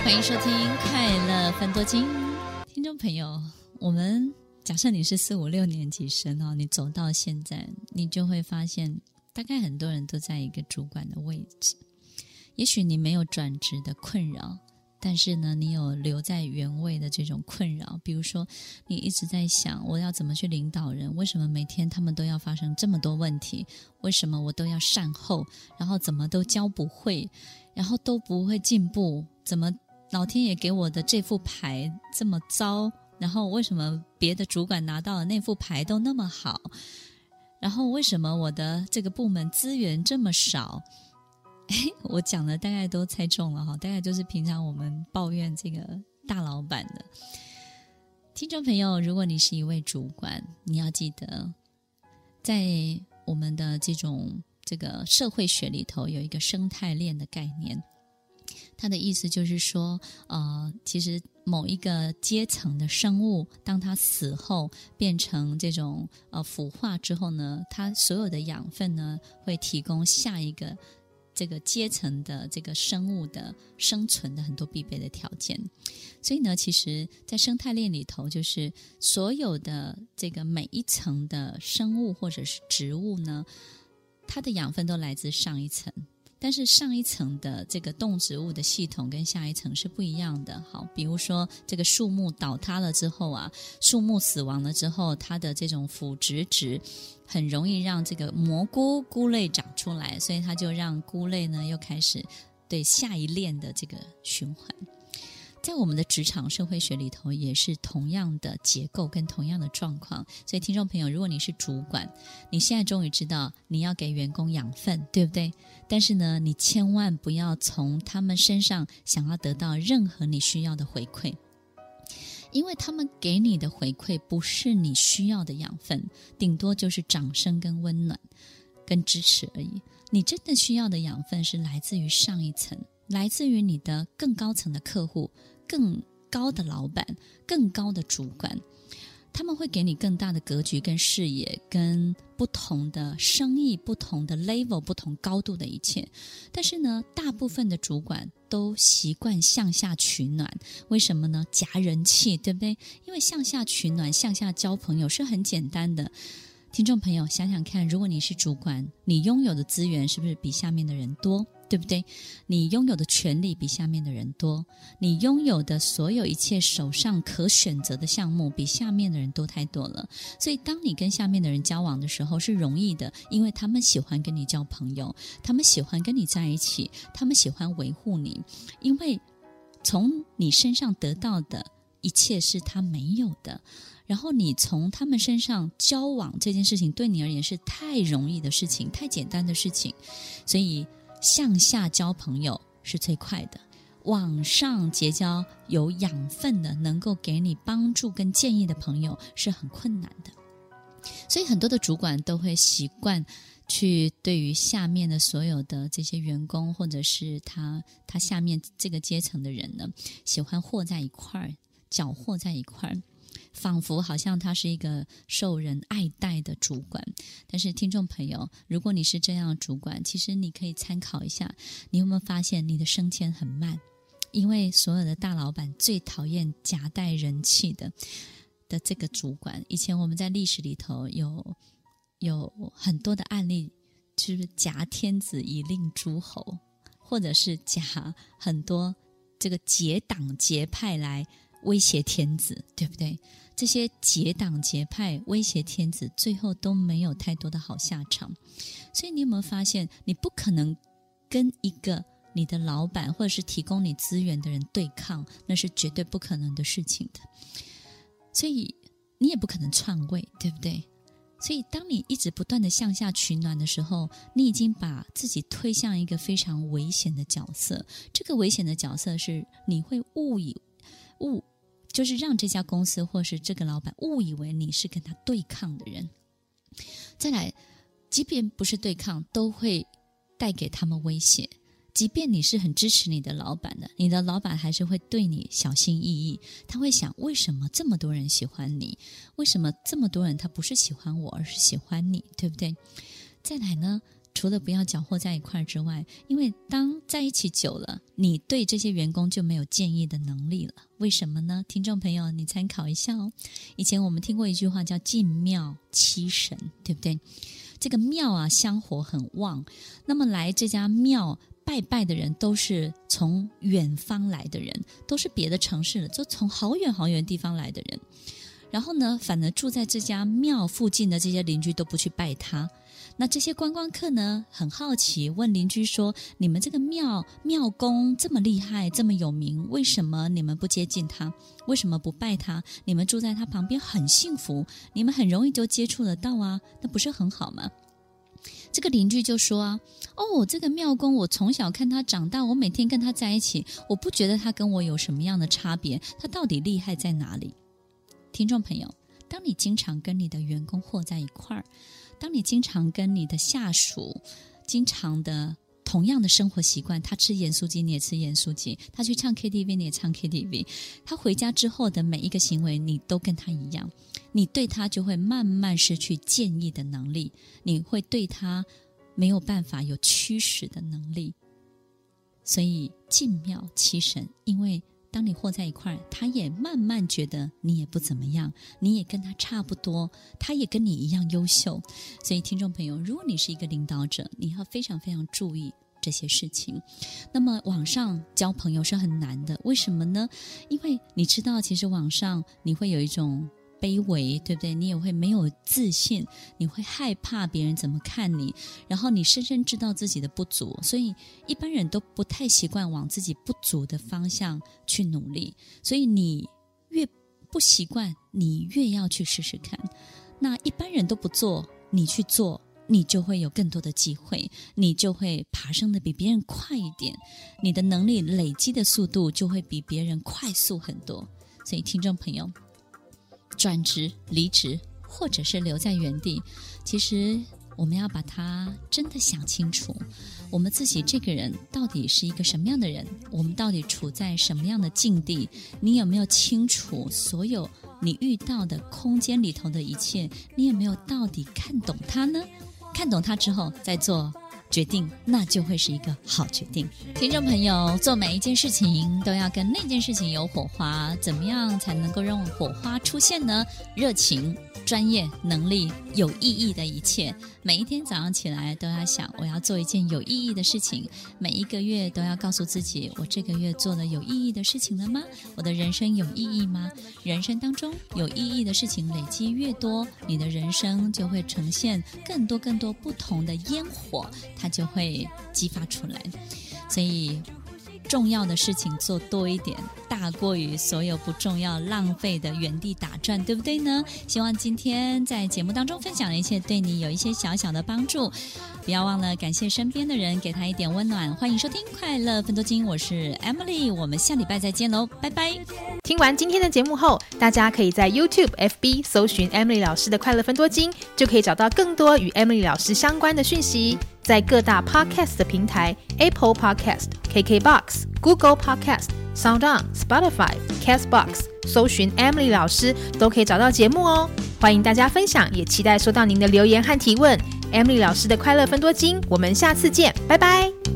欢迎收听快乐分多金。听众朋友，我们假设你是4、5、6年级生哦，你走到现在，你就会发现大概很多人都在一个主管的位置。也许你没有转职的困扰，但是呢，你有留在原位的这种困扰。比如说你一直在想，我要怎么去领导人，为什么每天他们都要发生这么多问题，为什么我都要善后，然后怎么都教不会，然后都不会进步，怎么老天爷给我的这副牌这么糟，然后为什么别的主管拿到的那副牌都那么好，然后为什么我的这个部门资源这么少。我讲的大概都猜中了哈，大概就是平常我们抱怨这个大老板的。听众朋友，如果你是一位主管，你要记得在我们的这个社会学里头有一个生态链的概念。它的意思就是说其实某一个阶层的生物，当它死后变成这种腐化之后呢，它所有的养分呢会提供下一个这个阶层的这个生物的生存的很多必备的条件。所以呢，其实在生态链里头，就是所有的这个每一层的生物或者是植物呢，它的养分都来自上一层，但是上一层的这个动植物的系统跟下一层是不一样的。好，比如说这个树木倒塌了之后啊，树木死亡了之后，它的这种腐殖质很容易让这个蘑菇类长出来，所以它就让菇类呢又开始对下一链的这个循环。在我们的职场社会学里头也是同样的结构跟同样的状况。所以听众朋友，如果你是主管，你现在终于知道你要给员工养分，对不对？但是呢，你千万不要从他们身上想要得到任何你需要的回馈，因为他们给你的回馈不是你需要的养分，顶多就是掌声跟温暖跟支持而已。你真的需要的养分是来自于上一层，来自于你的更高层的客户，更高的老板，更高的主管。他们会给你更大的格局跟视野，跟不同的生意，不同的 level， 不同高度的一切。但是呢，大部分的主管都习惯向下取暖。为什么呢？夹人气，对不对？因为向下取暖，向下交朋友是很简单的。听众朋友，想想看，如果你是主管，你拥有的资源是不是比下面的人多？对不对？你拥有的权利比下面的人多，你拥有的所有一切手上可选择的项目比下面的人多太多了。所以当你跟下面的人交往的时候是容易的，因为他们喜欢跟你交朋友，他们喜欢跟你在一起，他们喜欢维护你，因为从你身上得到的一切是他没有的，然后你从他们身上交往这件事情对你而言是太容易的事情，太简单的事情。所以向下交朋友是最快的，往上结交有养分的，能够给你帮助跟建议的朋友是很困难的。所以很多的主管都会习惯去对于下面的所有的这些员工，或者是他下面这个阶层的人呢，喜欢和在一块儿，搅和在一块儿，仿佛好像他是一个受人爱戴的主管。但是听众朋友，如果你是这样的主管，其实你可以参考一下，你有没有发现你的升迁很慢？因为所有的大老板最讨厌夹带人气的这个主管。以前我们在历史里头有很多的案例，就是夹天子以令诸侯，或者是夹很多这个结党结派来威胁天子，对不对？这些结党结派威胁天子，最后都没有太多的好下场。所以你有没有发现，你不可能跟一个你的老板或者是提供你资源的人对抗，那是绝对不可能的事情的。所以你也不可能篡位，对不对？所以当你一直不断的向下取暖的时候，你已经把自己推向一个非常危险的角色。这个危险的角色是你会就是让这家公司或是这个老板误以为你是跟他对抗的人。再来，即便不是对抗，都会带给他们威胁。即便你是很支持你的老板的，你的老板还是会对你小心翼翼。他会想，为什么这么多人喜欢你？为什么这么多人他不是喜欢我，而是喜欢你，对不对？再来呢， 除了不要搅和在一块之外，因为当在一起久了，你对这些员工就没有建议的能力了。为什么呢？听众朋友你参考一下哦。以前我们听过一句话叫进庙七神，对不对？这个庙啊香火很旺，那么来这家庙拜拜的人都是从远方来的人，都是别的城市的，就从好远好远地方来的人。然后呢，反而住在这家庙附近的这些邻居都不去拜他。那这些观光客呢，很好奇，问邻居说：“你们这个庙公这么厉害，这么有名，为什么你们不接近他？为什么不拜他？你们住在他旁边很幸福，你们很容易就接触得到啊，那不是很好吗？”这个邻居就说啊，这个庙公我从小看他长大，我每天跟他在一起，我不觉得他跟我有什么样的差别，他到底厉害在哪里？听众朋友，当你经常跟你的员工和在一块儿，当你经常跟你的下属经常的同样的生活习惯，他吃盐酥鸡你也吃盐酥鸡，他去唱 KTV 你也唱 KTV， 他回家之后的每一个行为你都跟他一样，你对他就会慢慢失去建议的能力，你会对他没有办法有驱使的能力。所以进庙七神，因为当你和在一块儿，他也慢慢觉得你也不怎么样，你也跟他差不多，他也跟你一样优秀。所以听众朋友，如果你是一个领导者，你要非常非常注意这些事情。那么网上交朋友是很难的，为什么呢？因为你知道其实网上你会有一种卑微，对不对？你也会没有自信，你会害怕别人怎么看你，然后你深深知道自己的不足，所以一般人都不太习惯往自己不足的方向去努力，所以你越不习惯，你越要去试试看。那一般人都不做，你去做，你就会有更多的机会，你就会爬升的比别人快一点，你的能力累积的速度就会比别人快速很多。所以听众朋友，转职、离职，或者是留在原地，其实我们要把它真的想清楚，我们自己这个人到底是一个什么样的人，我们到底处在什么样的境地，你有没有清楚所有你遇到的空间里头的一切，你有没有到底看懂它呢？看懂它之后再做决定，那就会是一个好决定。听众朋友，做每一件事情都要跟那件事情有火花，怎么样才能够让火花出现呢？热情、专业、能力、有意义的一切。每一天早上起来都要想，我要做一件有意义的事情。每一个月都要告诉自己，我这个月做了有意义的事情了吗？我的人生有意义吗？人生当中有意义的事情累积越多，你的人生就会呈现更多不同的烟火，它就会激发出来。所以重要的事情做多一点，大过于所有不重要浪费的原地打转，对不对呢？希望今天在节目当中分享的一切对你有一些小小的帮助，不要忘了感谢身边的人，给他一点温暖。欢迎收听快乐分多金，我是 Emily， 我们下礼拜再见咯，拜拜。 听完今天的节目后，大家可以在 YouTube、FB 搜寻 Emily 老师的快乐分多金，就可以找到更多与 Emily 老师相关的讯息。在各大 Podcast 的平台 Apple Podcast、KKBOX、Google Podcast、SoundOn、Spotify、Castbox 搜寻 Emily 老师都可以找到节目哦。欢迎大家分享，也期待收到您的留言和提问。Emily 老师的快乐分多金，我们下次见，拜拜。